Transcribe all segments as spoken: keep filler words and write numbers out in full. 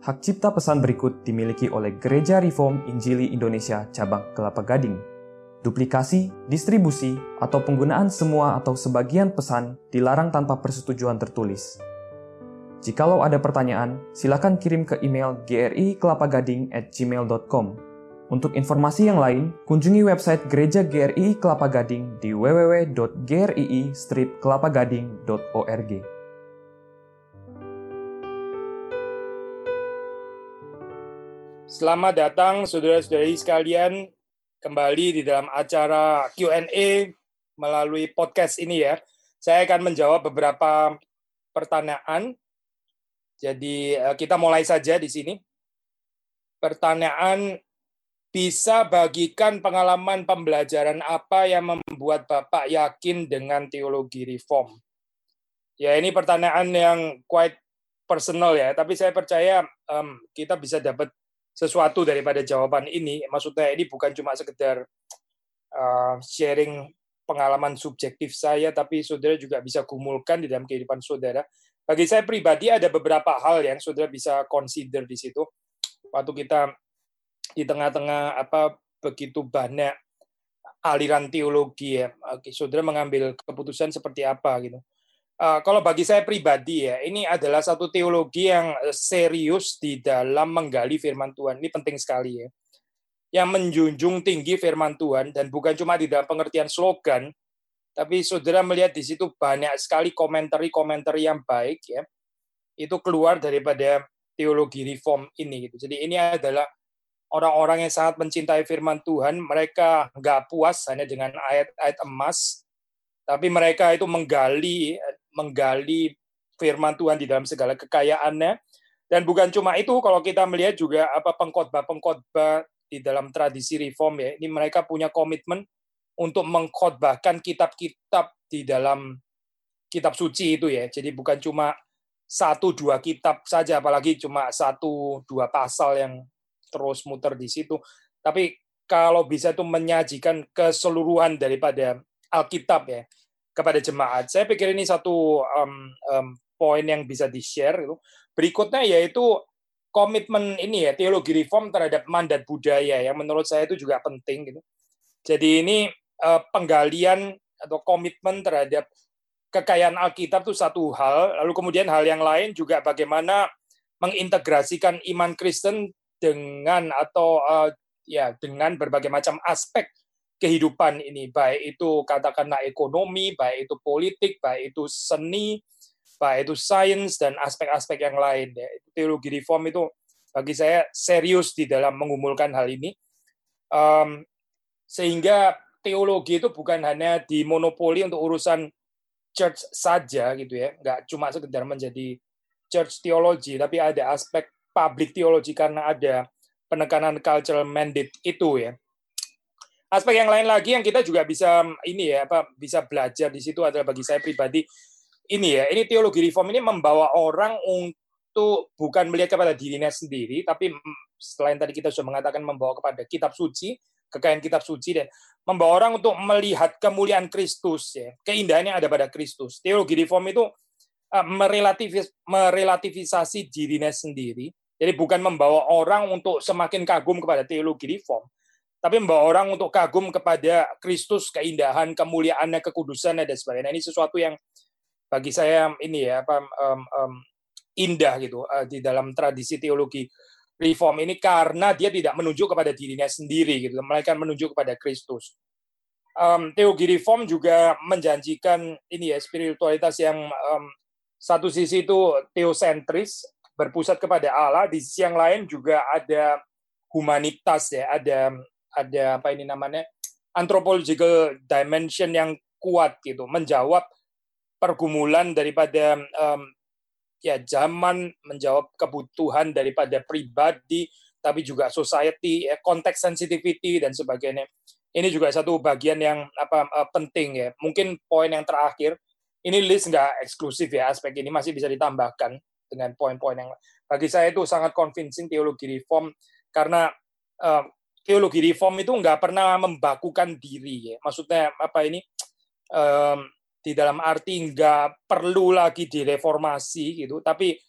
Hak cipta pesan berikut dimiliki oleh Gereja Reform Injili Indonesia Cabang Kelapa Gading. Duplikasi, distribusi, atau penggunaan semua atau sebagian pesan dilarang tanpa persetujuan tertulis. Jikalau ada pertanyaan, silakan kirim ke email grikelapa-gading at gmail dot com. Untuk informasi yang lain, kunjungi website Gereja G R I I Kelapa Gading di w w w dot grii kelapa gading dot org. Selamat datang saudara-saudari sekalian kembali di dalam acara Q and A melalui podcast ini ya. Saya akan menjawab beberapa pertanyaan. Jadi kita mulai saja di sini. Pertanyaan, bisa bagikan pengalaman pembelajaran apa yang membuat Bapak yakin dengan teologi reform? Ya, ini pertanyaan yang quite personal ya, tapi saya percaya um, kita bisa dapat sesuatu daripada jawaban ini. Maksudnya ini bukan cuma sekedar uh, sharing pengalaman subjektif saya, tapi saudara juga bisa gumulkan di dalam kehidupan saudara. Bagi saya pribadi ada beberapa hal yang saudara bisa consider di situ. Waktu kita di tengah-tengah apa begitu banyak aliran teologi ya, saudara mengambil keputusan seperti apa gitu. Uh, kalau bagi saya pribadi ya, ini adalah satu teologi yang serius di dalam menggali firman Tuhan. Ini penting sekali ya. Yang menjunjung tinggi firman Tuhan, dan bukan cuma di dalam pengertian slogan, tapi saudara melihat di situ banyak sekali komentari-komentari yang baik ya. Itu keluar daripada teologi reform ini gitu. Jadi ini adalah orang-orang yang sangat mencintai firman Tuhan. Mereka nggak puas hanya dengan ayat-ayat emas, tapi mereka itu menggali menggali firman Tuhan di dalam segala kekayaannya. Dan bukan cuma itu, kalau kita melihat juga apa pengkhotbah-pengkhotbah di dalam tradisi reform ya, ini mereka punya komitmen untuk mengkhotbahkan kitab-kitab di dalam kitab suci itu ya. Jadi bukan cuma satu dua kitab saja, apalagi cuma satu dua pasal yang terus muter di situ. Tapi kalau bisa itu menyajikan keseluruhan daripada Alkitab ya kepada jemaat. Saya pikir ini satu um, um, poin yang bisa di-share. Gitu. Berikutnya yaitu komitmen ini ya, teologi reform terhadap mandat budaya yang menurut saya itu juga penting. Gitu. Jadi ini uh, penggalian atau komitmen terhadap kekayaan Alkitab itu satu hal. Lalu kemudian hal yang lain juga bagaimana mengintegrasikan iman Kristen dengan atau uh, ya dengan berbagai macam aspek kehidupan ini, baik itu katakanlah ekonomi, baik itu politik, baik itu seni, baik itu sains, dan aspek-aspek yang lain. Ya. Teologi reform itu bagi saya serius di dalam mengumulkan hal ini. Um, sehingga teologi itu bukan hanya dimonopoli untuk urusan church saja, gitu ya, nggak cuma sekedar menjadi church theology, tapi ada aspek public theology karena ada penekanan cultural mandate itu ya. Aspek yang lain lagi yang kita juga bisa ini ya apa bisa belajar di situ adalah bagi saya pribadi ini ya, ini teologi reform ini membawa orang untuk bukan melihat kepada dirinya sendiri, tapi selain tadi kita sudah mengatakan membawa kepada kitab suci, kekayaan kitab suci, dan membawa orang untuk melihat kemuliaan Kristus ya, keindahan yang ada pada Kristus. Teologi reform itu uh, merelativis, merelativisasi dirinya sendiri. Jadi bukan membawa orang untuk semakin kagum kepada teologi reform, tapi membawa orang untuk kagum kepada Kristus, keindahan, kemuliaannya, kekudusannya, dan sebagainya. Ini sesuatu yang bagi saya ini ya apa um, um, indah gitu uh, di dalam tradisi teologi reform ini, karena dia tidak menunjuk kepada dirinya sendiri gitu, melainkan menunjuk kepada Kristus. Um, teologi reform juga menjanjikan ini ya spiritualitas yang um, satu sisi itu teosentris, berpusat kepada Allah, di sisi yang lain juga ada humanitas ya, ada ada apa ini namanya anthropological dimension yang kuat gitu, menjawab pergumulan daripada um, ya zaman, menjawab kebutuhan daripada pribadi, tapi juga society, ya, konteks sensitivity dan sebagainya. Ini juga satu bagian yang apa uh, penting ya. Mungkin poin yang terakhir, ini list nggak eksklusif ya, aspek ini masih bisa ditambahkan dengan poin-poin yang bagi saya itu sangat convincing teologi reform, karena uh, teologi reform itu nggak pernah membakukan diri ya. Maksudnya apa ini um, di dalam arti nggak perlu lagi direformasi gitu, tapi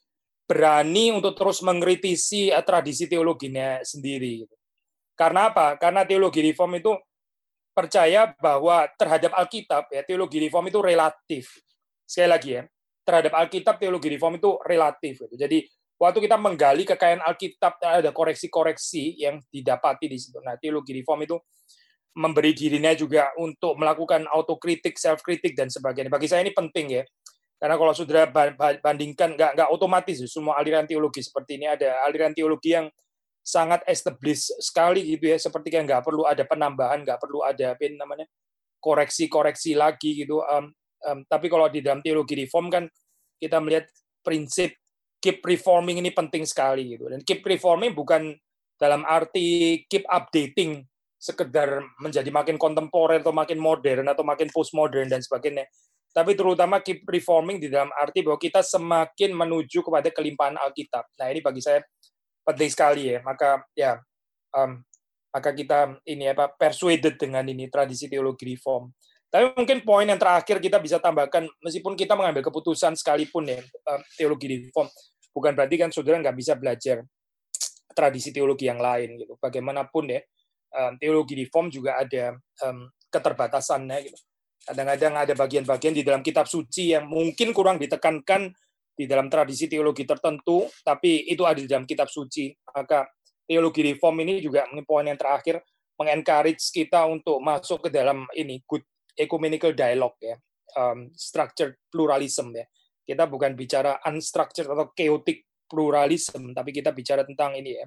berani untuk terus mengkritisi uh, tradisi teologinya sendiri. Karena apa? Karena teologi reform itu percaya bahwa terhadap Alkitab, ya, teologi reform itu relatif. Sekali lagi ya, terhadap Alkitab teologi reform itu relatif. Gitu. Jadi waktu kita menggali kekayaan Alkitab, ada koreksi-koreksi yang didapati di situ. Nah, teologi reform itu memberi dirinya juga untuk melakukan autokritik, self-kritik, dan sebagainya. Bagi saya ini penting ya, karena kalau saudara bandingkan, nggak, nggak otomatis semua aliran teologi seperti ini. Ada aliran teologi yang sangat established sekali gitu ya, seperti kayak nggak perlu ada penambahan, nggak perlu ada apa namanya koreksi-koreksi lagi gitu. Um, um, tapi kalau di dalam teologi reform kan kita melihat prinsip keep reforming ini penting sekali gitu. Dan keep reforming bukan dalam arti keep updating, sekedar menjadi makin kontemporer atau makin modern atau makin postmodern dan sebagainya. Tapi terutama keep reforming di dalam arti bahwa kita semakin menuju kepada kelimpahan Alkitab. Nah ini bagi saya penting sekali ya. Maka ya um, maka kita ini apa persuaded dengan ini tradisi teologi reform. Tapi mungkin poin yang terakhir kita bisa tambahkan, meskipun kita mengambil keputusan sekalipun ya um, teologi reform, bukan berarti kan saudara nggak bisa belajar tradisi teologi yang lain gitu. Bagaimanapun ya um, teologi reform juga ada um, keterbatasannya gitu. Kadang-kadang ada bagian-bagian di dalam kitab suci yang mungkin kurang ditekankan di dalam tradisi teologi tertentu, tapi itu ada di dalam kitab suci. Maka teologi reform ini juga poin yang terakhir mengencourage kita untuk masuk ke dalam ini good ecumenical dialogue ya, um, structured pluralism ya. Kita bukan bicara unstructured atau chaotic pluralism, tapi kita bicara tentang ini ya,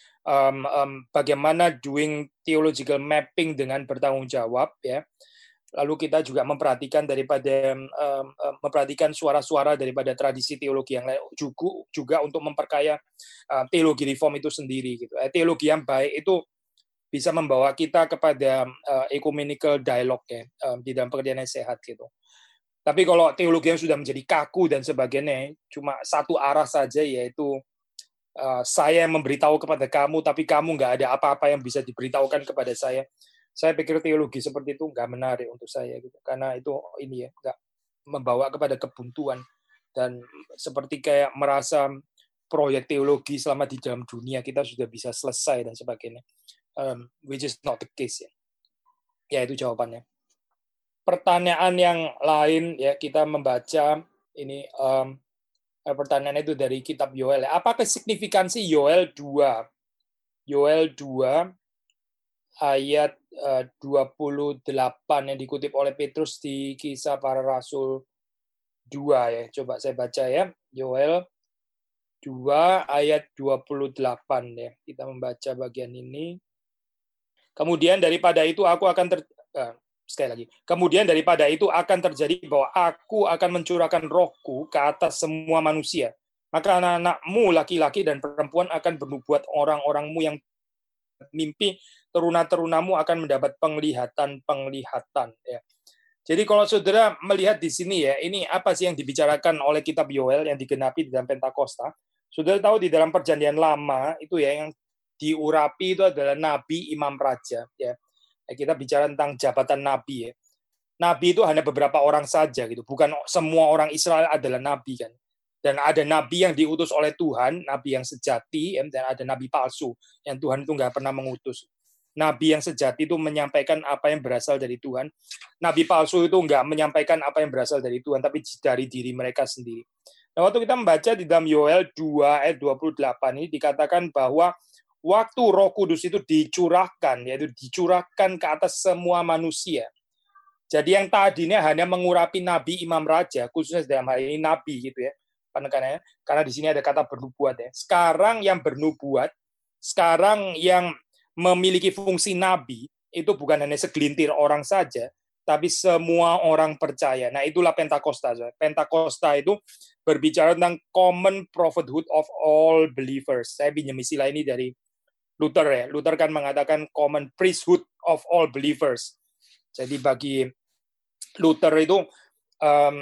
um, um, bagaimana doing theological mapping dengan bertanggung jawab ya. Lalu kita juga memperhatikan daripada um, memperhatikan suara-suara daripada tradisi teologi yang lain juga, juga untuk memperkaya uh, teologi reform itu sendiri gitu. Eh, teologi yang baik itu bisa membawa kita kepada uh, ecumenical dialogue ya um, di dalam pengertian yang sehat gitu. Tapi kalau teologi yang sudah menjadi kaku dan sebagainya cuma satu arah saja, yaitu uh, saya memberitahu kepada kamu tapi kamu nggak ada apa-apa yang bisa diberitahukan kepada saya. Saya pikir teologi seperti itu nggak menarik untuk saya gitu, karena itu ini ya nggak membawa kepada kebuntuan dan seperti kayak merasa proyek teologi selama di dalam dunia kita sudah bisa selesai dan sebagainya, um, which is not the case ya. Ya itu jawabannya. Pertanyaan yang lain ya, kita membaca ini um, pertanyaan itu dari kitab Yoel. Apakah signifikansi Yoel dua? Yoel dua ayat uh, dua puluh delapan yang dikutip oleh Petrus di Kisah Para Rasul dua ya. Coba saya baca ya. Yoel dua ayat dua puluh delapan ya. Kita membaca bagian ini. Kemudian daripada itu aku akan ter uh, sekali lagi. Kemudian daripada itu akan terjadi bahwa aku akan mencurahkan rohku ke atas semua manusia. Maka anak-anakmu laki-laki dan perempuan akan bernubuat, orang-orangmu yang mimpi, teruna-terunamu akan mendapat penglihatan-penglihatan ya. Jadi kalau saudara melihat di sini ya, ini apa sih yang dibicarakan oleh kitab Yoel yang digenapi di dalam Pentakosta? Saudara tahu di dalam Perjanjian Lama itu ya yang diurapi itu adalah nabi, imam, raja ya. Kita bicara tentang jabatan nabi ya. Nabi itu hanya beberapa orang saja gitu, bukan semua orang Israel adalah nabi kan. Dan ada nabi yang diutus oleh Tuhan, nabi yang sejati, dan ada nabi palsu yang Tuhan itu nggak pernah mengutus. Nabi yang sejati itu menyampaikan apa yang berasal dari Tuhan. Nabi palsu itu nggak menyampaikan apa yang berasal dari Tuhan, tapi dari diri mereka sendiri. Nah, waktu kita membaca di dalam Yoel dua ayat dua puluh delapan ini dikatakan bahwa waktu Roh Kudus itu dicurahkan, yaitu dicurahkan ke atas semua manusia. Jadi yang tadinya hanya mengurapi nabi, imam, raja, khususnya dalam hal ini nabi gitu ya. Penekanannya, karena di sini ada kata bernubuat ya. Sekarang yang bernubuat, sekarang yang memiliki fungsi nabi itu bukan hanya segelintir orang saja, tapi semua orang percaya. Nah, itulah Pentakosta. Pentakosta itu berbicara tentang common prophethood of all believers. Saya pinjam istilah ini dari Luther ya. Luther kan mengatakan common priesthood of all believers. Jadi bagi Luther itu um,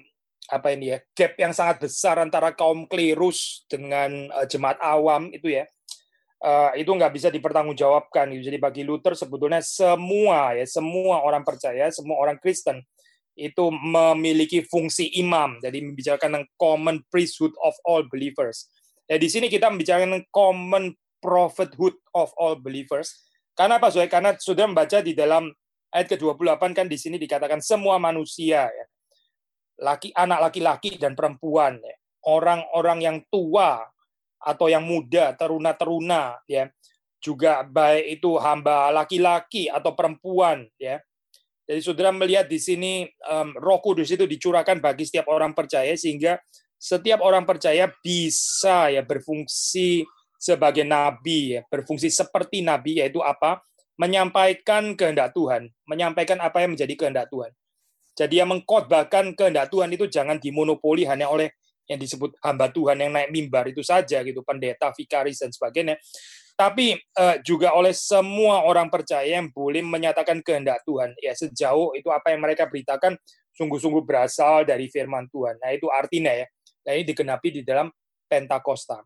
apa ini ya, gap yang sangat besar antara kaum klerus dengan uh, jemaat awam itu ya, uh, itu nggak bisa dipertanggungjawabkan. Jadi bagi Luther sebetulnya semua ya, semua orang percaya, semua orang Kristen itu memiliki fungsi imam. Jadi membicarakan tentang common priesthood of all believers. Ya, di sini kita membicarakan common prophethood of all believers. Karena apa, Saudara? Karena sudah membaca di dalam ayat ke dua puluh delapan kan di sini dikatakan semua manusia, ya. Laki, anak laki-laki dan perempuan, ya. Orang-orang yang tua atau yang muda, teruna-teruna, ya. Juga baik itu hamba laki-laki atau perempuan, ya. Jadi saudara melihat di sini um, Roh Kudus itu dicurahkan bagi setiap orang percaya sehingga setiap orang percaya bisa ya berfungsi sebagai nabi, ya, berfungsi seperti nabi, yaitu apa? Menyampaikan kehendak Tuhan, menyampaikan apa yang menjadi kehendak Tuhan. Jadi yang mengkhotbahkan kehendak Tuhan itu jangan dimonopoli hanya oleh yang disebut hamba Tuhan yang naik mimbar itu saja gitu, pendeta, vikaris dan sebagainya. Tapi uh, juga oleh semua orang percaya yang boleh menyatakan kehendak Tuhan. Ya, sejauh itu apa yang mereka beritakan sungguh-sungguh berasal dari firman Tuhan. Nah, itu artinya ya. Nah, ini digenapi di dalam Pentakosta.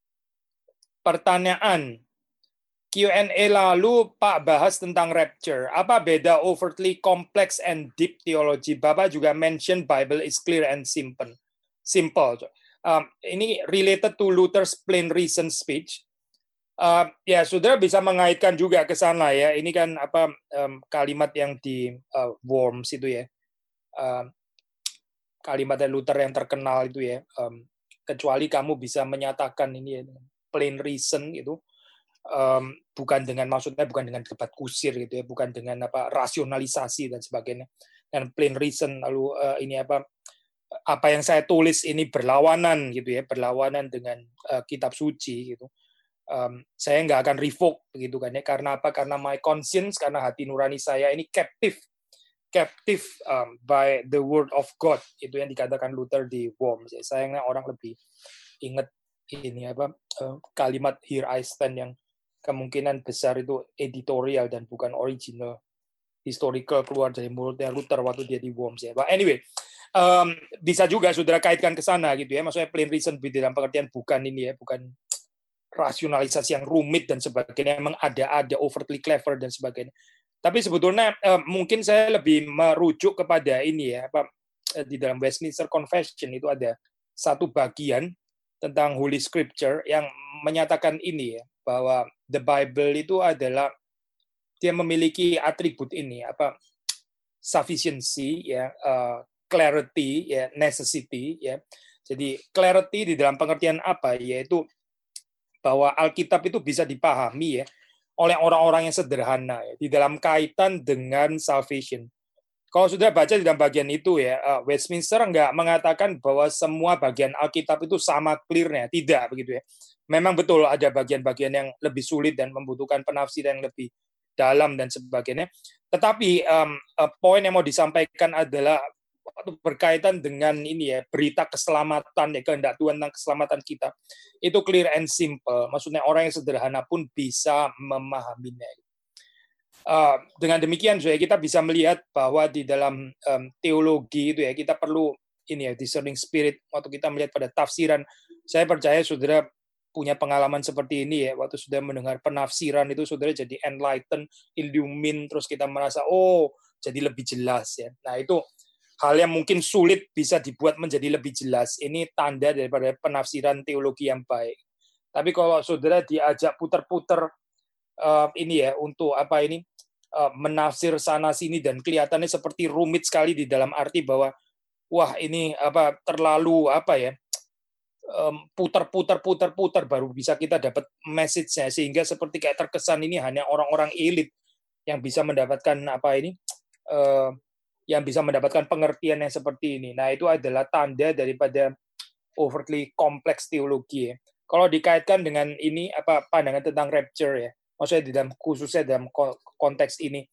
Pertanyaan Q and A lalu Pak bahas tentang rapture. Apa beda overtly complex and deep theology? Bapak juga mention Bible is clear and simple. Simple. Um, ini related to Luther's plain reason speech. Uh, ya, saudara bisa mengaitkan juga ke sana ya. Ini kan apa um, kalimat yang di uh, Worms itu ya, uh, kalimat dari Luther yang terkenal itu ya. Um, kecuali kamu bisa menyatakan ini ya, plain reason itu, um, bukan dengan maksudnya bukan dengan debat kusir gitu ya, bukan dengan apa rasionalisasi dan sebagainya. Dan plain reason lalu uh, ini apa apa yang saya tulis ini berlawanan gitu ya, berlawanan dengan uh, kitab suci gitu. Um, saya nggak akan revoke begitu kan ya, karena apa? Karena my conscience, karena hati nurani saya ini captive, captive um, by the word of God, itu yang dikatakan Luther di Worms. Ya. Sayangnya orang lebih ingat ini apa uh, kalimat here I stand yang kemungkinan besar itu editorial dan bukan original historical keluar dari mulutnya Luther waktu dia di Worms ya. But anyway, um, bisa juga saudara kaitkan ke sana gitu ya. Maksudnya plain reason dalam pengertian bukan ini ya, bukan rasionalisasi yang rumit dan sebagainya, memang ada ada overtly clever dan sebagainya. Tapi sebetulnya eh, mungkin saya lebih merujuk kepada ini ya, apa di dalam Westminster Confession itu ada satu bagian tentang Holy Scripture yang menyatakan ini ya, bahwa the Bible itu adalah dia memiliki atribut ini apa sufficiency ya, uh, clarity ya, necessity ya. Jadi clarity di dalam pengertian apa? Yaitu bahwa Alkitab itu bisa dipahami ya oleh orang-orang yang sederhana ya, di dalam kaitan dengan salvation. Kalau sudah baca di dalam bagian itu ya, Westminster nggak mengatakan bahwa semua bagian Alkitab itu sama clear-nya, tidak begitu ya. Memang betul ada bagian-bagian yang lebih sulit dan membutuhkan penafsiran yang lebih dalam dan sebagainya. Tetapi um, poin yang mau disampaikan adalah berkaitan dengan ini ya, berita keselamatan ya, kehendak Tuhan tentang keselamatan kita itu clear and simple. Maksudnya orang yang sederhana pun bisa memahaminya. Uh, dengan demikian juga kita bisa melihat bahwa di dalam um, teologi itu ya kita perlu ini ya discerning spirit waktu kita melihat pada tafsiran. Saya percaya saudara punya pengalaman seperti ini ya, waktu sudah mendengar penafsiran itu saudara jadi enlighten, illumin, terus kita merasa oh jadi lebih jelas ya. Nah itu hal yang mungkin sulit bisa dibuat menjadi lebih jelas. Ini tanda daripada penafsiran teologi yang baik. Tapi kalau saudara diajak putar-putar uh, ini ya untuk apa ini uh, menafsir sana sini dan kelihatannya seperti rumit sekali di dalam arti bahwa wah ini apa terlalu apa ya um, putar-putar-putar-putar baru bisa kita dapat message-nya, sehingga seperti kayak terkesan ini hanya orang-orang elit yang bisa mendapatkan apa ini uh, yang bisa mendapatkan pengertian yang seperti ini. Nah, itu adalah tanda daripada overtly complex teologi ya. Kalau dikaitkan dengan ini apa pandangan tentang rapture ya, maksudnya di dalam khususnya dalam konteks ini,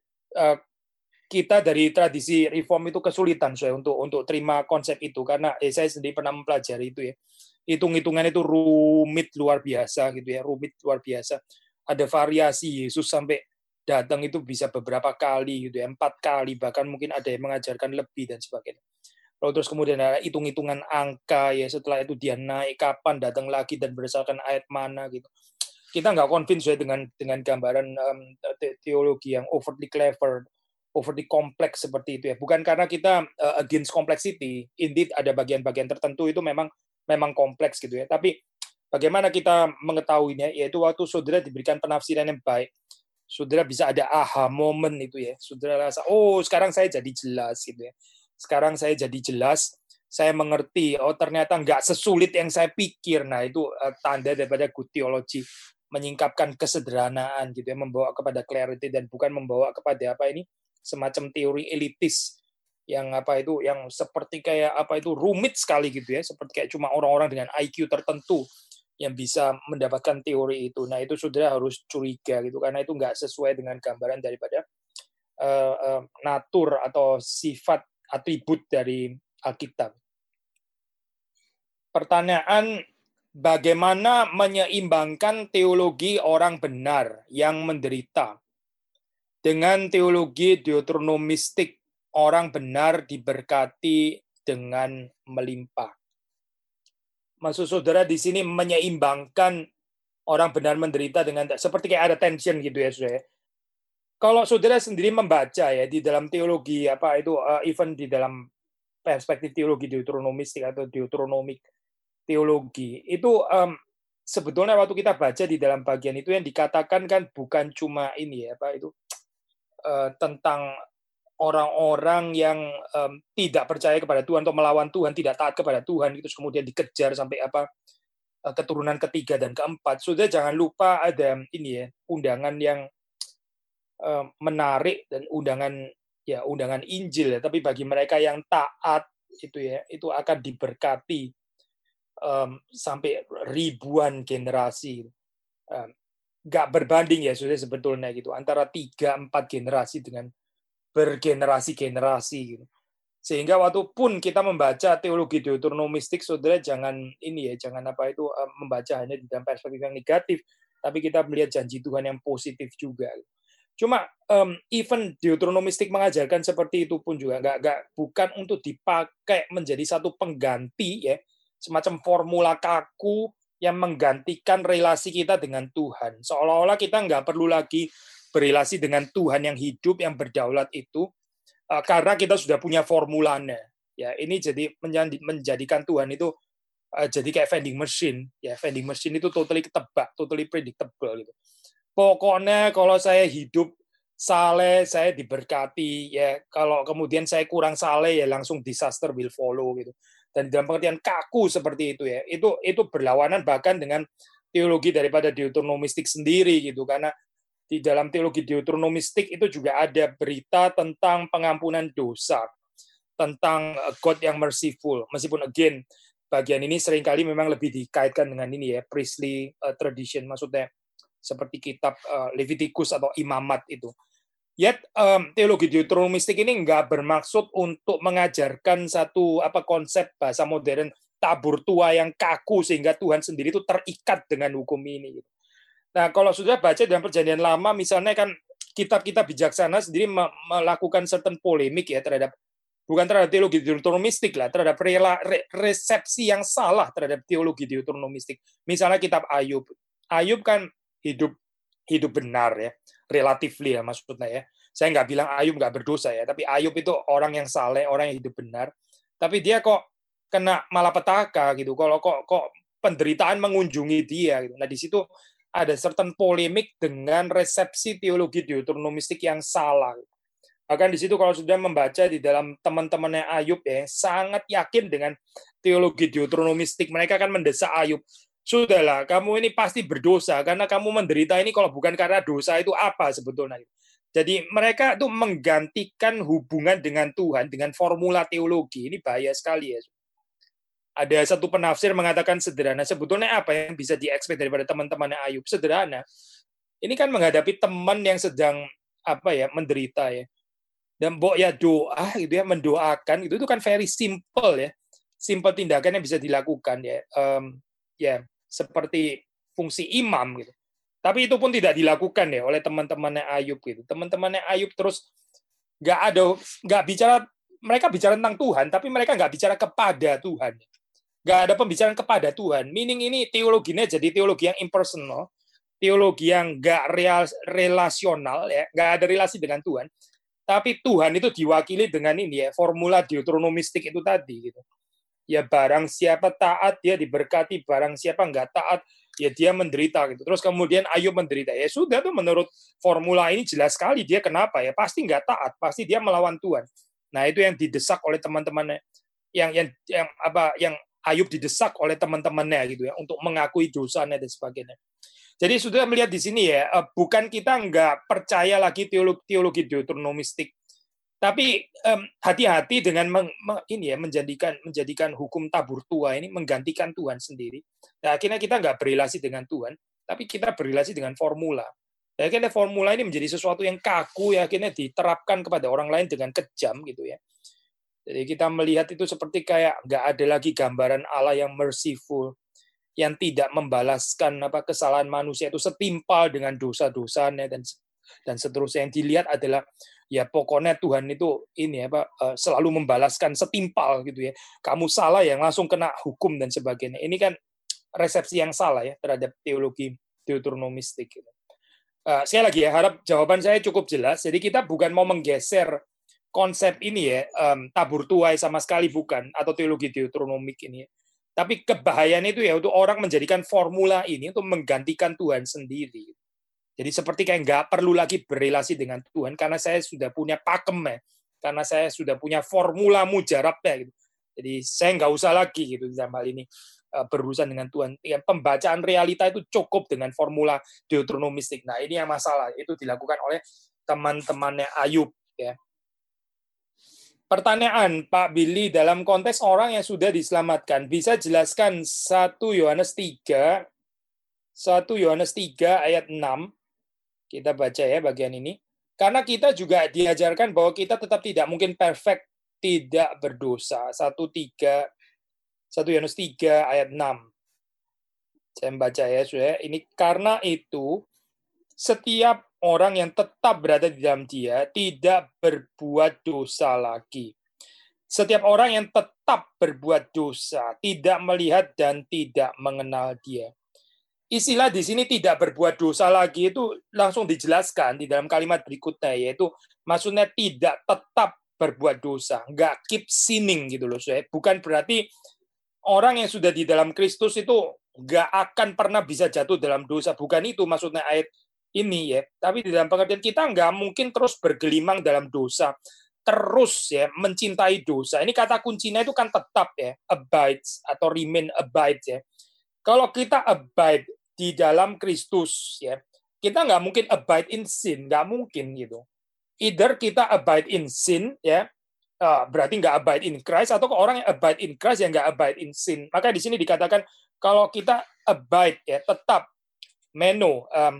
kita dari tradisi reform itu kesulitan saya untuk untuk terima konsep itu karena eh, saya sendiri pernah mempelajari itu ya. Hitung-hitungan itu rumit luar biasa gitu ya, rumit luar biasa. Ada variasi Yesus sampai datang itu bisa beberapa kali gitu ya, empat kali, bahkan mungkin ada yang mengajarkan lebih dan sebagainya. Lalu terus kemudian ada hitung-hitungan angka ya, setelah itu dia naik kapan, datang lagi dan berdasarkan ayat mana gitu. Kita nggak convince ya dengan dengan gambaran um, teologi yang overly clever, overly complex seperti itu ya. Bukan karena kita uh, against complexity, indeed ada bagian-bagian tertentu itu memang memang kompleks gitu ya. Tapi Bagaimana kita mengetahuinya? Yaitu waktu saudara diberikan penafsiran yang baik, saudara bisa ada aha moment itu ya. Saudara rasa, oh sekarang saya jadi jelas gitu ya. Sekarang saya jadi jelas, saya mengerti, oh ternyata nggak sesulit yang saya pikir. Nah itu uh, tanda daripada good theology, menyingkapkan kesederhanaan gitu ya, membawa kepada clarity dan bukan membawa kepada apa ini semacam teori elitis yang apa itu yang seperti kayak apa itu rumit sekali gitu ya, seperti kayak cuma orang-orang dengan I Q tertentu yang bisa mendapatkan teori itu. Nah itu saudara harus curiga gitu karena itu nggak sesuai dengan gambaran daripada uh, uh, natur atau sifat atribut dari Alkitab. Pertanyaan, bagaimana menyeimbangkan teologi orang benar yang menderita dengan teologi deuteronomistik orang benar diberkati dengan melimpah? Maksud saudara di sini menyeimbangkan orang benar menderita dengan seperti kayak ada tension gitu ya saudara. Kalau saudara sendiri membaca ya di dalam teologi apa itu uh, even di dalam perspektif teologi deuteronomistik atau deuteronomik teologi itu um, sebetulnya waktu kita baca di dalam bagian itu yang dikatakan kan bukan cuma ini ya apa itu uh, tentang orang-orang yang um, tidak percaya kepada Tuhan atau melawan Tuhan, tidak taat kepada Tuhan, itu kemudian dikejar sampai apa keturunan ketiga dan keempat. Sudah jangan lupa ada ini ya undangan yang um, menarik dan undangan ya undangan Injil ya. Tapi bagi mereka yang taat itu ya itu akan diberkati um, sampai ribuan generasi. Um, gak berbanding ya sudah sebetulnya gitu antara tiga empat generasi dengan bergenerasi-generasi gitu. Sehingga walaupun kita membaca teologi deuteronomistik, saudara jangan ini ya, jangan apa itu uh, membaca hanya di dalam perspektif yang negatif, tapi kita melihat janji Tuhan yang positif juga. Cuma um, even deuteronomistik mengajarkan seperti itu pun juga nggak nggak bukan untuk dipakai menjadi satu pengganti ya, semacam formula kaku yang menggantikan relasi kita dengan Tuhan. Seolah-olah kita nggak perlu lagi berrelasi dengan Tuhan yang hidup, yang berdaulat itu, uh, karena kita sudah punya formulanya. Ya, ini jadi menjadikan Tuhan itu uh, jadi kayak vending machine. Ya, vending machine itu totally ketebak, totally predictable gitu. Pokoknya kalau saya hidup saleh, saya diberkati. Ya, kalau kemudian saya kurang saleh, ya langsung disaster will follow gitu. Dan dalam pengertian kaku seperti itu ya, itu itu berlawanan bahkan dengan teologi daripada deuteronomistik sendiri gitu, karena di dalam teologi deuteronomistik itu juga ada berita tentang pengampunan dosa, tentang God yang merciful. Meskipun again bagian ini seringkali memang lebih dikaitkan dengan ini ya, priestly uh, tradition, maksudnya seperti kitab uh, Leviticus atau Imamat itu. Yet um, teologi deuteronomistik ini nggak bermaksud untuk mengajarkan satu apa konsep bahasa modern tabur tua yang kaku sehingga Tuhan sendiri itu terikat dengan hukum ini. Gitu. Nah, kalau sudah baca dalam Perjanjian Lama, misalnya kan kitab-kitab bijaksana sendiri melakukan certain polemik ya terhadap, bukan terhadap teologi deuteronomistik lah, terhadap rela, re, resepsi yang salah terhadap teologi deuteronomistik. Misalnya kitab Ayub. Ayub kan hidup hidup benar ya, relatively ya maksudnya ya. Saya nggak bilang Ayub nggak berdosa ya, tapi Ayub itu orang yang saleh, orang yang hidup benar. Tapi dia kok kena malapetaka gitu. Kalau kok kok penderitaan mengunjungi dia gitu. Nah, di situ ada certain polemik dengan resepsi teologi deuteronomistik yang salah. Bahkan di situ kalau sudah membaca di dalam teman-temannya Ayub ya, sangat yakin dengan teologi deuteronomistik. Mereka kan mendesak Ayub, sudahlah, kamu ini pasti berdosa karena kamu menderita ini kalau bukan karena dosa itu apa sebetulnya. Jadi mereka itu menggantikan hubungan dengan Tuhan dengan formula teologi. Ini bahaya sekali ya. Ada satu penafsir mengatakan sederhana, sebetulnya apa yang bisa diekspek daripada teman-temannya Ayub? Sederhana. Ini kan menghadapi teman yang sedang apa ya, menderita ya. Dan mbok ya doa gitu ya, mendoakan itu itu kan very simple ya. Simple tindakan yang bisa dilakukan ya. Um, ya, seperti fungsi imam gitu. Tapi itu pun tidak dilakukan ya oleh teman-temannya Ayub gitu. Teman-temannya Ayub terus nggak ada nggak bicara, mereka bicara tentang Tuhan, tapi mereka nggak bicara kepada Tuhan. Nggak ada pembicaraan kepada Tuhan. Meaning ini teologinya jadi teologi yang impersonal, teologi yang nggak real, relasional, ya, nggak ada relasi dengan Tuhan. Tapi Tuhan itu diwakili dengan ini ya, formula deuteronomistik itu tadi. Gitu. Ya barang siapa taat dia diberkati, barang siapa nggak taat ya dia menderita gitu. Terus kemudian Ayub menderita. Ya sudah tuh menurut formula ini jelas sekali dia kenapa ya, pasti nggak taat, pasti dia melawan Tuhan. Nah, itu yang didesak oleh teman-temannya, yang yang yang apa yang Ayub didesak oleh teman-temannya gitu ya untuk mengakui dosanya dan sebagainya. Jadi sudah melihat di sini ya, bukan kita nggak percaya lagi teologi, teologi deuteronomistik, tapi um, hati-hati dengan meng, ini ya menjadikan menjadikan hukum tabur tua ini menggantikan Tuhan sendiri. Nah, akhirnya kita nggak berrelasi dengan Tuhan, tapi kita berrelasi dengan formula. Ya, akhirnya formula ini menjadi sesuatu yang kaku, ya akhirnya diterapkan kepada orang lain dengan kejam gitu ya. Jadi kita melihat itu seperti kayak nggak ada lagi gambaran Allah yang merciful, yang tidak membalaskan apa kesalahan manusia itu setimpal dengan dosa-dosanya dan dan seterusnya. Yang dilihat adalah ya pokoknya Tuhan itu ini apa selalu membalaskan setimpal gitu ya. Kamu salah yang langsung kena hukum dan sebagainya. Ini kan resepsi yang salah ya terhadap teologi deuteronomistik gitu. Uh, sekali lagi ya, harap jawaban saya cukup jelas. Jadi kita bukan mau menggeser konsep ini ya, um, tabur tuai sama sekali bukan, atau teologi deuteronomik ini. Tapi kebahayaannya itu ya untuk orang menjadikan formula ini untuk menggantikan Tuhan sendiri. Jadi seperti kayak nggak perlu lagi berrelasi dengan Tuhan karena saya sudah punya pakem ya, karena saya sudah punya formula mujarabnya gitu. Jadi saya nggak usah lagi gitu dalam hal ini berurusan dengan Tuhan. Ya, pembacaan realita itu cukup dengan formula deuteronomistik. Nah ini yang masalah, itu dilakukan oleh teman-temannya Ayub ya. Pertanyaan Pak Billy, dalam konteks orang yang sudah diselamatkan, bisa jelaskan satu Yohanes tiga, satu Yohanes tiga ayat enam. Kita baca ya bagian ini. Karena kita juga diajarkan bahwa kita tetap tidak mungkin perfect, tidak berdosa. satu tiga, satu Yohanes tiga ayat enam. Saya membaca ya, Saudara. Ini karena itu setiap orang yang tetap berada di dalam Dia tidak berbuat dosa lagi. Setiap orang yang tetap berbuat dosa, tidak melihat dan tidak mengenal Dia. Istilah di sini tidak berbuat dosa lagi itu langsung dijelaskan di dalam kalimat berikutnya, yaitu maksudnya tidak tetap berbuat dosa, nggak keep sinning gitu loh. Bukan berarti orang yang sudah di dalam Kristus itu nggak akan pernah bisa jatuh dalam dosa. Bukan itu maksudnya ayat ini ya. Tapi di dalam pengertian kita nggak mungkin terus bergelimang dalam dosa, terus ya mencintai dosa. Ini kata kuncinya itu kan tetap ya, abides atau remain abide ya. Kalau kita abide di dalam Kristus, ya, kita nggak mungkin abide in sin, nggak mungkin gitu. Either kita abide in sin, ya, berarti nggak abide in Christ, atau orang yang abide in Christ yang nggak abide in sin. Maka di sini dikatakan kalau kita abide, ya, tetap meno, um,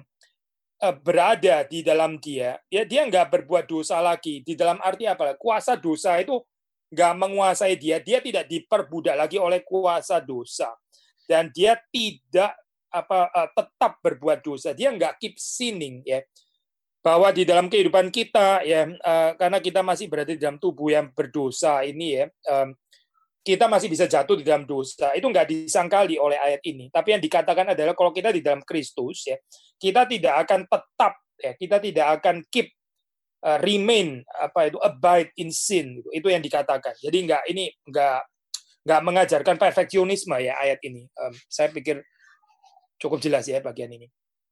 berada di dalam Dia, ya dia nggak berbuat dosa lagi. Di dalam arti apa? Kuasa dosa itu nggak menguasai dia, dia tidak diperbudak lagi oleh kuasa dosa. Dan dia tidak apa uh, tetap berbuat dosa, dia nggak keep sinning ya, bahwa di dalam kehidupan kita ya uh, karena kita masih berada di dalam tubuh yang berdosa ini ya, um, kita masih bisa jatuh di dalam dosa, itu nggak disangkali oleh ayat ini. Tapi yang dikatakan adalah kalau kita di dalam Kristus ya, kita tidak akan tetap ya, kita tidak akan keep uh, remain apa itu abide in sin, itu yang dikatakan. Jadi nggak ini nggak nggak mengajarkan perfeksionisme ya ayat ini. Um, saya pikir cukup jelas ya bagian ini.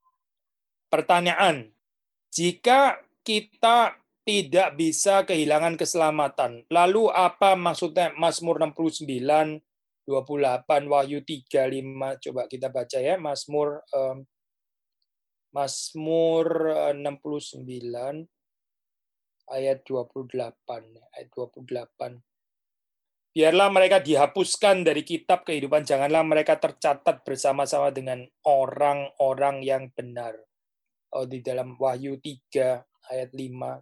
Pertanyaan, jika kita tidak bisa kehilangan keselamatan, lalu apa maksudnya Mazmur enam puluh sembilan, dua puluh delapan, Wahyu tiga, lima, coba kita baca ya, Mazmur um, Mazmur enam puluh sembilan ayat dua puluh delapan, ayat dua puluh delapan. Biarlah mereka dihapuskan dari kitab kehidupan, janganlah mereka tercatat bersama-sama dengan orang-orang yang benar. Oh, di dalam Wahyu tiga ayat lima.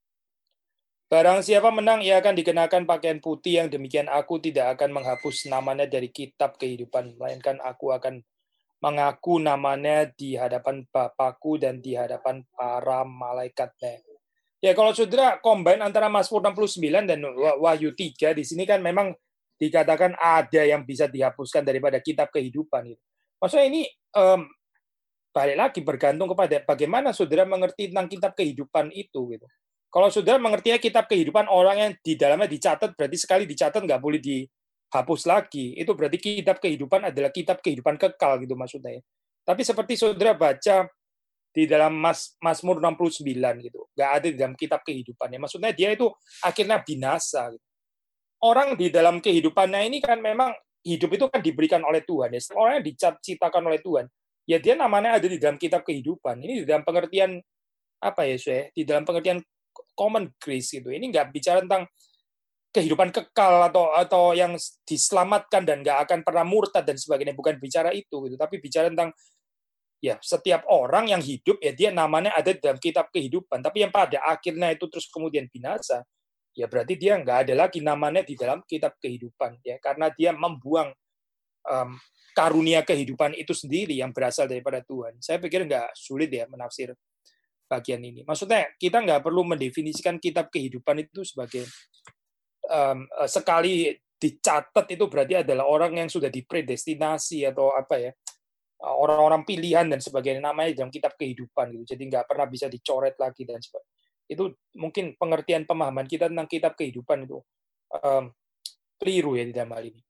Barang siapa menang, ia akan dikenakan pakaian putih, yang demikian aku tidak akan menghapus namanya dari kitab kehidupan, melainkan aku akan mengaku namanya di hadapan Bapakku dan di hadapan para malaikatnya. Ya, kalau saudara combine antara Mazmur enam puluh sembilan dan Wahyu tiga, di sini kan memang dikatakan ada yang bisa dihapuskan daripada kitab kehidupan. Gitu. Maksudnya ini um, balik lagi bergantung kepada bagaimana saudara mengerti tentang kitab kehidupan itu. Gitu. Kalau saudara mengerti kitab kehidupan, orang yang di dalamnya dicatat, berarti sekali dicatat nggak boleh di, hapus lagi. Itu berarti kitab kehidupan adalah kitab kehidupan kekal gitu maksudnya. Tapi seperti saudara baca di dalam Mas, Mazmur enam puluh sembilan gitu, nggak ada di dalam kitab kehidupannya. Maksudnya dia itu akhirnya binasa. Gitu. Orang di dalam kehidupannya ini kan memang hidup itu kan diberikan oleh Tuhan. Ya. Orang yang diciptakan oleh Tuhan, ya dia namanya ada di dalam kitab kehidupan. Ini di dalam pengertian apa ya, saya? Di dalam pengertian common grace gitu. Ini nggak bicara tentang kehidupan kekal atau atau yang diselamatkan dan nggak akan pernah murtad dan sebagainya. Bukan bicara itu gitu, tapi bicara tentang ya setiap orang yang hidup ya dia namanya ada dalam kitab kehidupan. Tapi yang pada akhirnya itu terus kemudian binasa, ya berarti dia nggak ada lagi namanya di dalam kitab kehidupan ya karena dia membuang um, karunia kehidupan itu sendiri yang berasal daripada Tuhan. Saya pikir nggak sulit ya menafsir bagian ini. Maksudnya kita nggak perlu mendefinisikan kitab kehidupan itu sebagai um, sekali dicatat itu berarti adalah orang yang sudah dipredestinasi atau apa ya, orang-orang pilihan dan sebagainya, namanya dalam kitab kehidupan gitu. Jadi nggak pernah bisa dicoret lagi dan sebagainya. Itu mungkin pengertian pemahaman kita tentang kitab kehidupan itu um, keliru ya di dalam hal ini.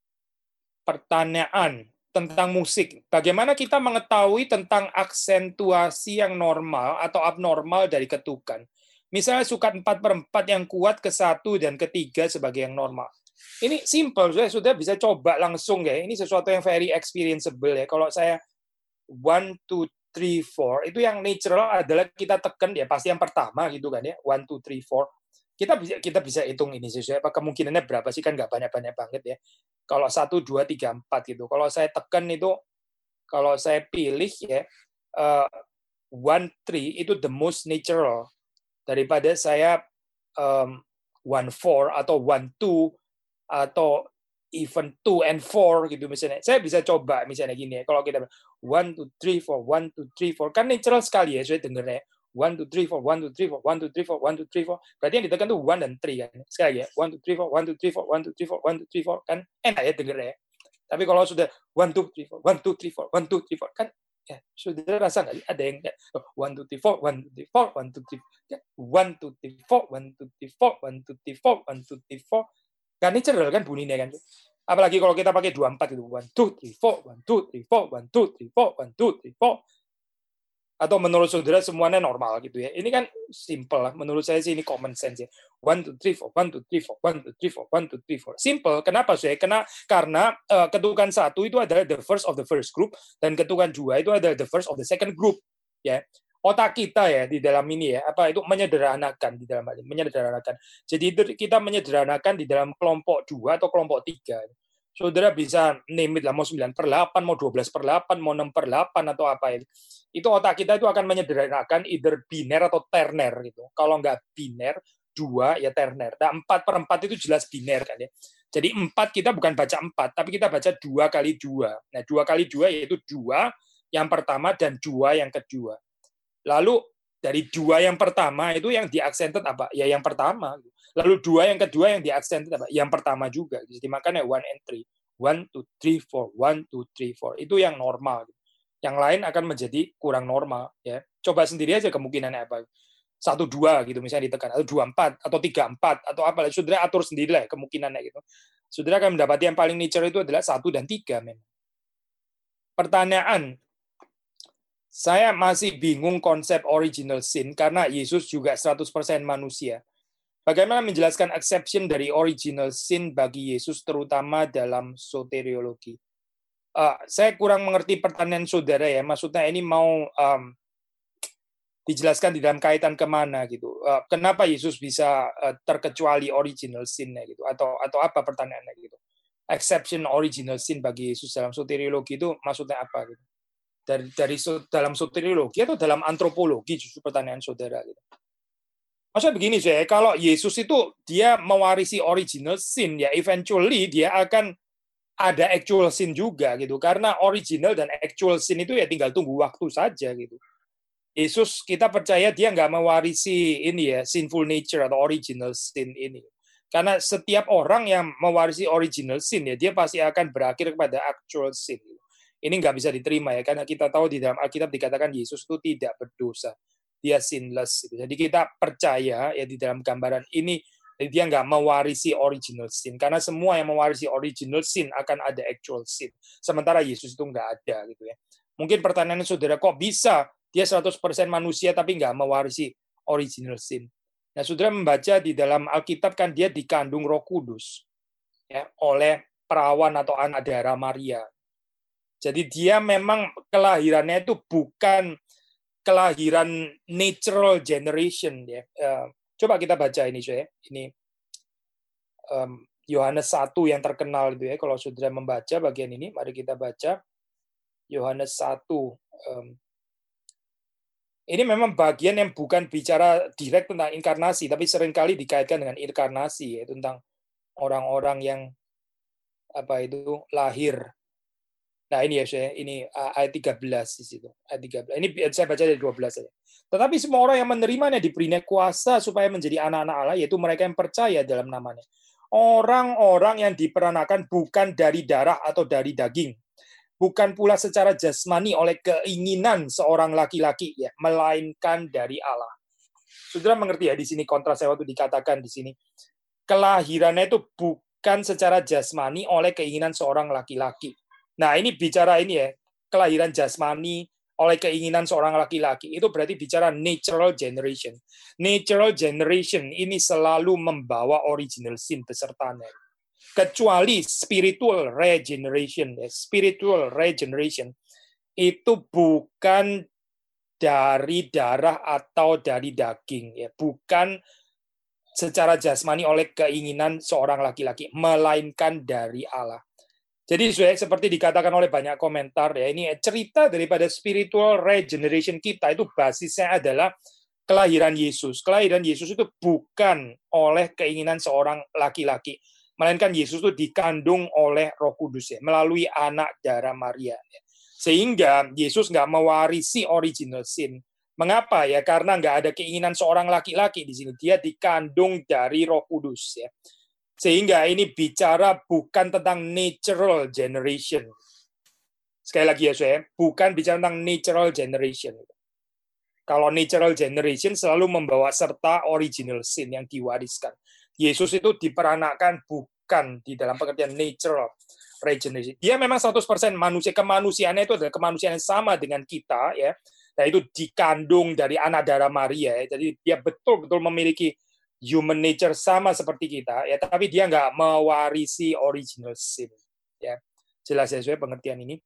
Pertanyaan tentang musik. Bagaimana kita mengetahui tentang aksentuasi yang normal atau abnormal dari ketukan? Misalnya sukat empat per empat yang kuat ke satu dan ketiga sebagai yang normal. Ini simple, saya sudah bisa coba langsung ya. Ini sesuatu yang very experienceable ya. Kalau saya one, two, three, four, itu yang natural adalah kita tekan ya pasti yang pertama gitu kan ya. one, two, three, four. Kita bisa kita bisa hitung ini sesuai apa kemungkinannya berapa sih, kan nggak banyak-banyak banget ya. Kalau satu, dua, tiga, empat gitu. Kalau saya tekan itu, kalau saya pilih ya uh, one, three itu the most natural daripada saya um, one, four atau one, two atau even two and four gitu misalnya. Saya bisa coba misalnya gini ya. Kalau kita one, two, three, four, one, two, three, four kan natural sekali ya saya dengarnya. one, two, three, four, one, two, three, four, one, two, three, four, one, two, three, four. Berarti yang ditekan tuh one dan three kan. Sekali lagi ya. one, two, three, four, one, two, three, four, one, two, three, four, one, two, three, four kan enak ya dengarnya. Tapi kalau sudah one, two, three, four, one, two, three, four, one, two, three, four kan ya sudah rasa nggak ada yang kayak one, two, three, four, one, two, three, four, one, two, three, one, two, three, four, one, two, three, four, one, two, three, four, one, two, three, four. Kan ini natural kan bunyinya kan. Apalagi kalau kita pakai dua empat itu one, two, three, four, one, two, three, four, one, two, three, four, one, two, three, four. Atau menurut saudara semuanya normal gitu ya. Ini kan simple lah. Menurut saya sih ini common sense ya. one, two, three, four, one, two, three, four, one, two, three, four, one, two, three, four. Simple. Kenapa sih? Karena, karena uh, ketukan satu itu adalah the first of the first group, dan ketukan dua itu adalah the first of the second group. Ya. Otak kita ya di dalam ini ya, apa itu menyederhanakan di dalam hal ini, menyederhanakan. Jadi kita menyederhanakan di dalam kelompok dua atau kelompok tiga. Saudara bisa name it lah, mau sembilan per delapan, mau dua belas per delapan, mau enam per delapan atau apa itu. Itu otak kita itu akan menyederhanakan either biner atau terner gitu. Kalau nggak biner, dua ya terner. Nah, empat per empat itu jelas biner kan ya. Jadi empat kita bukan baca empat, tapi kita baca dua kali dua. Nah, dua kali dua yaitu dua yang pertama dan dua yang kedua. Lalu dari dua yang pertama itu yang di-accented apa? Ya yang pertama. Lalu dua yang kedua yang di-accented apa? Yang pertama juga. Jadi makanya one and three. one, two, three, four. one, two, three, four. Itu yang normal. Yang lain akan menjadi kurang normal. Ya. Coba sendiri aja kemungkinannya apa. satu, dua gitu misalnya ditekan. Atau dua, empat. Atau tiga, empat. Atau apa. Saudara atur sendiri lah kemungkinannya gitu. Saudara akan mendapati yang paling nature itu adalah satu dan tiga. Memang. Pertanyaan. Saya masih bingung konsep original sin karena Yesus juga seratus persen manusia. Bagaimana menjelaskan exception dari original sin bagi Yesus terutama dalam soteriologi? Uh, saya kurang mengerti pertanyaan saudara ya. Maksudnya ini mau um, dijelaskan di dalam kaitan kemana gitu. Uh, kenapa Yesus bisa uh, terkecuali original sin-nya gitu? Atau atau apa pertanyaannya gitu? Exception original sin bagi Yesus dalam soteriologi itu maksudnya apa gitu? Dari, dari dalam soteriologi atau dalam antropologi justru pertanyaan saudara gitu. Maksudnya begini saya, kalau Yesus itu dia mewarisi original sin ya eventually dia akan ada actual sin juga gitu, karena original dan actual sin itu ya tinggal tunggu waktu saja gitu. Yesus kita percaya dia nggak mewarisi ini ya sinful nature atau original sin ini, karena setiap orang yang mewarisi original sin ya dia pasti akan berakhir kepada actual sin. Ini nggak bisa diterima ya, karena kita tahu di dalam Alkitab dikatakan Yesus itu tidak berdosa, dia sinless. Jadi kita percaya ya di dalam gambaran ini Jadi dia nggak mewarisi original sin, karena semua yang mewarisi original sin akan ada actual sin. Sementara Yesus itu nggak ada gitu ya. Mungkin pertanyaannya saudara, kok bisa dia seratus persen manusia tapi nggak mewarisi original sin? Nah, saudara membaca di dalam Alkitab kan dia dikandung Roh Kudus ya oleh perawan atau anak darah Maria. Jadi dia memang kelahirannya itu bukan kelahiran natural generation ya. Coba kita baca ini ya. Ini um, Yohanes satu yang terkenal itu ya. Kalau saudara membaca bagian ini, mari kita baca Yohanes satu. Um, ini memang bagian yang bukan bicara direct tentang inkarnasi, tapi seringkali dikaitkan dengan inkarnasi ya, tentang orang-orang yang apa itu lahir. Nah, ini ya saya, ini ayat tiga belas di situ. Ayat tiga belas. Ini saya baca dari dua belas saja. Tetapi semua orang yang menerimanya diberinya kuasa supaya menjadi anak-anak Allah, yaitu mereka yang percaya dalam namanya. Orang-orang yang diperanakan bukan dari darah atau dari daging, bukan pula secara jasmani oleh keinginan seorang laki-laki, ya, melainkan dari Allah. Saudara mengerti ya di sini kontrasnya waktu dikatakan di sini. Kelahirannya itu bukan secara jasmani oleh keinginan seorang laki-laki. Nah, ini bicara ini ya, kelahiran jasmani oleh keinginan seorang laki-laki. Itu berarti bicara natural generation. Natural generation ini selalu membawa original sin besertanya. Kecuali spiritual regeneration. Spiritual regeneration itu bukan dari darah atau dari daging. Ya. Bukan secara jasmani oleh keinginan seorang laki-laki, melainkan dari Allah. Jadi seperti dikatakan oleh banyak komentar ya, ini cerita daripada spiritual regeneration kita itu basisnya adalah kelahiran Yesus. Kelahiran Yesus itu bukan oleh keinginan seorang laki-laki, melainkan Yesus itu dikandung oleh Roh Kudus ya, melalui anak darah Maria. Sehingga Yesus nggak mewarisi original sin. Mengapa ya? Karena nggak ada keinginan seorang laki-laki di sini. Dia dikandung dari Roh Kudus ya. Sehingga ini bicara bukan tentang natural generation. Sekali lagi ya saya, bukan bicara tentang natural generation. Kalau natural generation selalu membawa serta original sin yang diwariskan. Yesus itu diperanakkan bukan di dalam pengertian natural regeneration. Dia memang seratus persen manusia, kemanusiaannya itu adalah kemanusiaan yang sama dengan kita ya. Nah, itu dikandung dari anak darah Maria ya. Jadi dia betul-betul memiliki human nature sama seperti kita ya, tapi dia nggak mewarisi original sin ya. Jelas ya saya pengertian ini.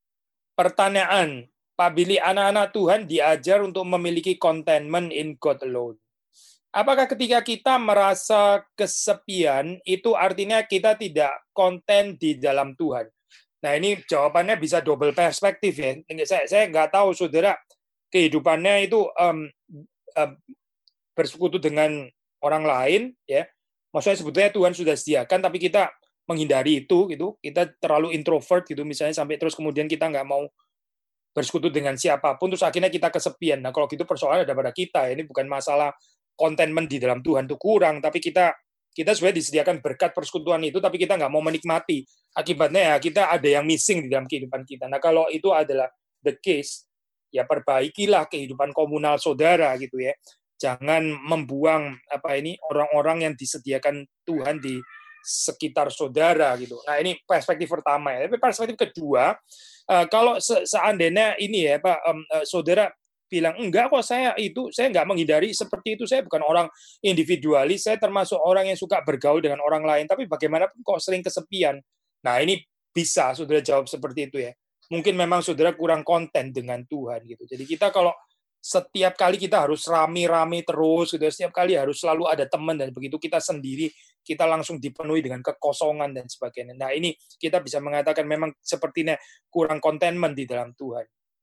Pertanyaan, Pak Billy, anak-anak Tuhan diajar untuk memiliki contentment in God alone. Apakah ketika kita merasa kesepian itu artinya kita tidak konten di dalam Tuhan? Nah, ini jawabannya bisa double perspektif ya. Saya saya nggak tahu saudara kehidupannya itu um, um, bersekutu dengan orang lain ya, maksudnya sebetulnya Tuhan sudah sediakan tapi kita menghindari itu gitu, kita terlalu introvert gitu misalnya sampai terus kemudian kita nggak mau bersekutu dengan siapapun terus akhirnya kita kesepian. Nah kalau gitu persoalan ada pada kita ya. Ini bukan masalah contentment di dalam Tuhan itu kurang, tapi kita kita sudah disediakan berkat persekutuan itu tapi kita nggak mau menikmati, akibatnya ya kita ada yang missing di dalam kehidupan kita. Nah kalau itu adalah the case ya, perbaikilah kehidupan komunal saudara gitu ya. Jangan membuang apa ini orang-orang yang disediakan Tuhan di sekitar saudara gitu. Nah ini perspektif pertama ya. Tapi perspektif kedua, uh, kalau se seandainya ini ya Pak, um, uh, saudara bilang enggak kok saya itu saya nggak menghindari seperti itu, saya bukan orang individualis, saya termasuk orang yang suka bergaul dengan orang lain. Tapi bagaimanapun kok sering kesepian. Nah ini bisa saudara jawab seperti itu ya. Mungkin memang saudara kurang konten dengan Tuhan gitu. Jadi kita kalau setiap kali kita harus rame-rame terus, gitu. Setiap kali harus selalu ada teman dan begitu kita sendiri, kita langsung dipenuhi dengan kekosongan dan sebagainya. Nah ini kita bisa mengatakan memang sepertinya kurang contentment di dalam Tuhan.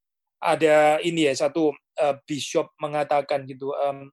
Ada ini ya satu uh, bishop mengatakan gitu, um,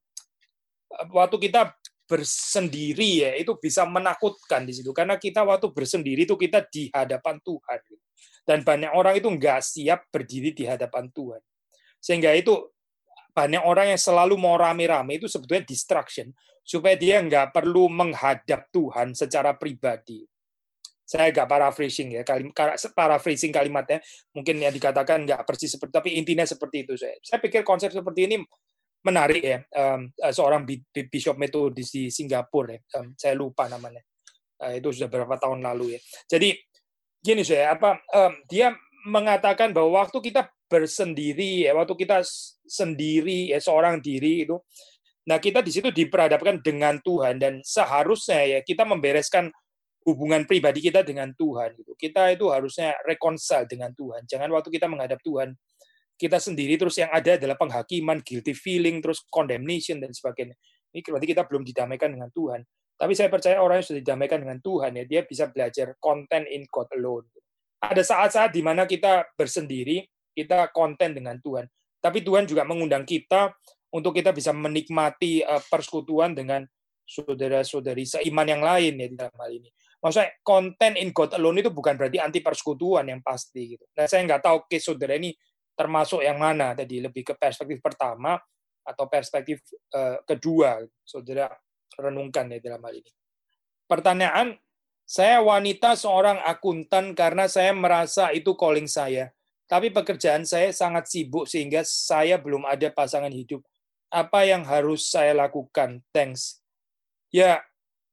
waktu kita bersendiri ya itu bisa menakutkan di situ karena kita waktu bersendiri itu kita di hadapan Tuhan gitu. Dan banyak orang itu nggak siap berdiri di hadapan Tuhan, sehingga itu banyak orang yang selalu mau rame-rame itu sebetulnya distraction supaya dia nggak perlu menghadap Tuhan secara pribadi. Saya nggak paraphrasing ya, kalim, paraphrasing kalimatnya mungkin yang dikatakan nggak persis seperti, tapi intinya seperti itu. Saya, saya pikir konsep seperti ini menarik ya, um, seorang bishop metodis di Singapura ya, um, saya lupa namanya, uh, itu sudah beberapa tahun lalu ya. Jadi gini saya, apa um, dia mengatakan bahwa waktu kita bersendiri ya, waktu kita sendiri ya, seorang diri itu, nah kita di situ diperhadapkan dengan Tuhan dan seharusnya ya kita membereskan hubungan pribadi kita dengan Tuhan gitu. Kita itu harusnya reconcile dengan Tuhan. Jangan waktu kita menghadap Tuhan kita sendiri terus yang ada adalah penghakiman, guilty feeling, terus condemnation dan sebagainya. Ini berarti kita belum didamaikan dengan Tuhan. Tapi saya percaya orang yang sudah didamaikan dengan Tuhan ya, dia bisa belajar content in God alone. Ada saat-saat di mana kita bersendiri, kita konten dengan Tuhan. Tapi Tuhan juga mengundang kita untuk kita bisa menikmati uh, persekutuan dengan saudara-saudari seiman yang lain ya di dalam hal ini. Maksudnya konten in God alone itu bukan berarti anti persekutuan yang pasti gitu. Nah, saya nggak tahu case saudara ini termasuk yang mana tadi, lebih ke perspektif pertama atau perspektif uh, kedua saudara renungkan ya dalam hal ini. Pertanyaan, saya wanita seorang akuntan karena saya merasa itu calling saya. Tapi pekerjaan saya sangat sibuk sehingga saya belum ada pasangan hidup. Apa yang harus saya lakukan? Thanks. Ya,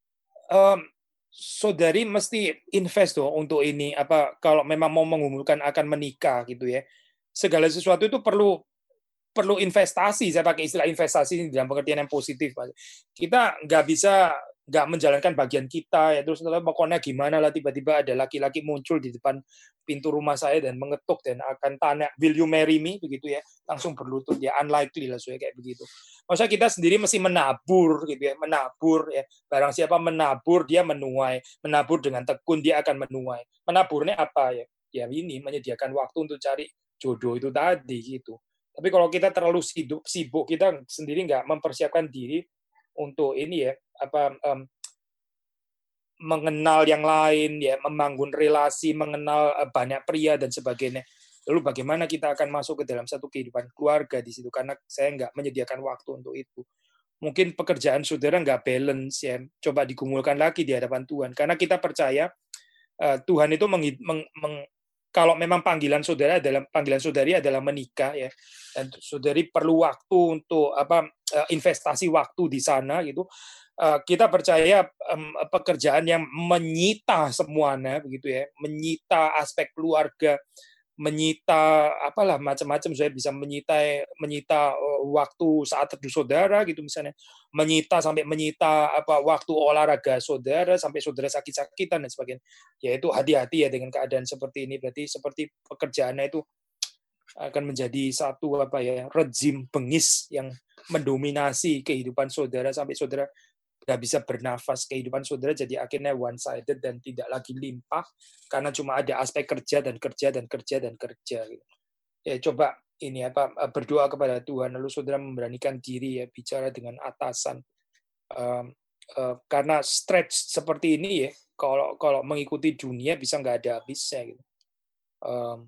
um, saudari mesti invest tuh untuk ini. Apa kalau memang mau mengumpulkan akan menikah gitu ya. Segala sesuatu itu perlu perlu investasi. Saya pakai istilah investasi dalam pengertian yang positif. Kita nggak bisa nggak menjalankan bagian kita ya, terus pokoknya gimana lah tiba-tiba ada laki-laki muncul di depan pintu rumah saya dan mengetuk dan akan tanya will you marry me begitu ya, langsung berlutut ya, unlikely lah saya kayak begitu. Maksudnya kita sendiri mesti menabur gitu ya, menabur ya, barang siapa menabur dia menuai, menabur dengan tekun dia akan menuai. Menaburnya apa ya? Ya ini menyediakan waktu untuk cari jodoh itu tadi gitu. Tapi kalau kita terlalu sibuk, sibuk kita sendiri nggak mempersiapkan diri untuk ini ya, apa um, mengenal yang lain ya, membangun relasi, mengenal uh, banyak pria dan sebagainya. Lalu bagaimana kita akan masuk ke dalam satu kehidupan keluarga di situ, karena saya nggak menyediakan waktu untuk itu. Mungkin pekerjaan saudara nggak balance ya, coba digumulkan lagi di hadapan Tuhan, karena kita percaya uh, Tuhan itu meng, meng, meng, kalau memang panggilan saudara adalah panggilan saudari adalah menikah ya, dan saudari perlu waktu untuk apa investasi waktu di sana gitu. Kita percaya um, pekerjaan yang menyita semuanya begitu ya, menyita aspek keluarga, menyita apalah macam-macam, saya bisa menyita menyita waktu saat teduh saudara gitu misalnya, menyita sampai menyita apa waktu olahraga saudara sampai saudara sakit-sakitan dan sebagainya. Ya itu hati-hati ya dengan keadaan seperti ini, berarti seperti pekerjaannya itu akan menjadi satu apa ya rezim bengis yang mendominasi kehidupan saudara sampai saudara nggak bisa bernafas, kehidupan saudara jadi akhirnya one-sided dan tidak lagi limpah karena cuma ada aspek kerja dan kerja dan kerja dan kerja. Gitu. Ya coba ini apa berdoa kepada Tuhan, lalu saudara memberanikan diri ya bicara dengan atasan, um, uh, karena stretch seperti ini ya kalau kalau mengikuti dunia bisa nggak ada habisnya gitu. Um,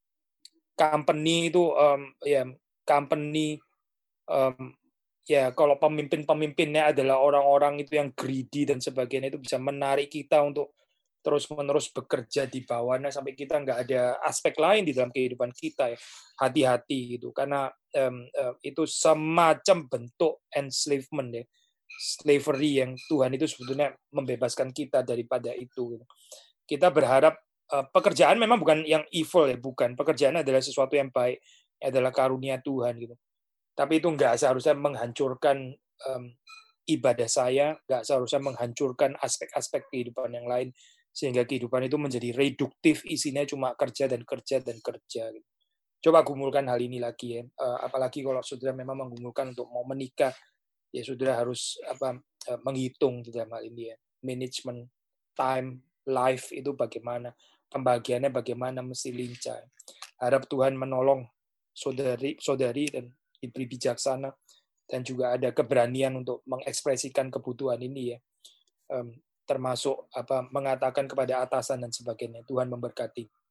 company itu um, ya company um, ya kalau pemimpin-pemimpinnya adalah orang-orang itu yang greedy dan sebagainya, itu bisa menarik kita untuk terus-menerus bekerja di bawahnya sampai kita nggak ada aspek lain di dalam kehidupan kita ya. Hati-hati gitu karena um, uh, itu semacam bentuk enslavement ya, slavery yang Tuhan itu sebetulnya membebaskan kita daripada itu gitu. Kita berharap uh, pekerjaan memang bukan yang evil ya, bukan, pekerjaan adalah sesuatu yang baik, adalah karunia Tuhan gitu. Tapi itu nggak seharusnya menghancurkan um, ibadah saya, nggak seharusnya menghancurkan aspek-aspek kehidupan yang lain, sehingga kehidupan itu menjadi reduktif, isinya cuma kerja dan kerja dan kerja. Gitu. Coba gumulkan hal ini lagi ya, uh, apalagi kalau saudara memang menggumulkan untuk mau menikah, ya saudara harus apa uh, menghitung di dalam hal ini ya, manajemen time, life itu bagaimana, pembagiannya bagaimana mesti lincah. Harap Tuhan menolong saudari, saudari dan diberi bijaksana dan juga ada keberanian untuk mengekspresikan kebutuhan ini ya, um, termasuk apa mengatakan kepada atasan dan sebagainya. Tuhan memberkati.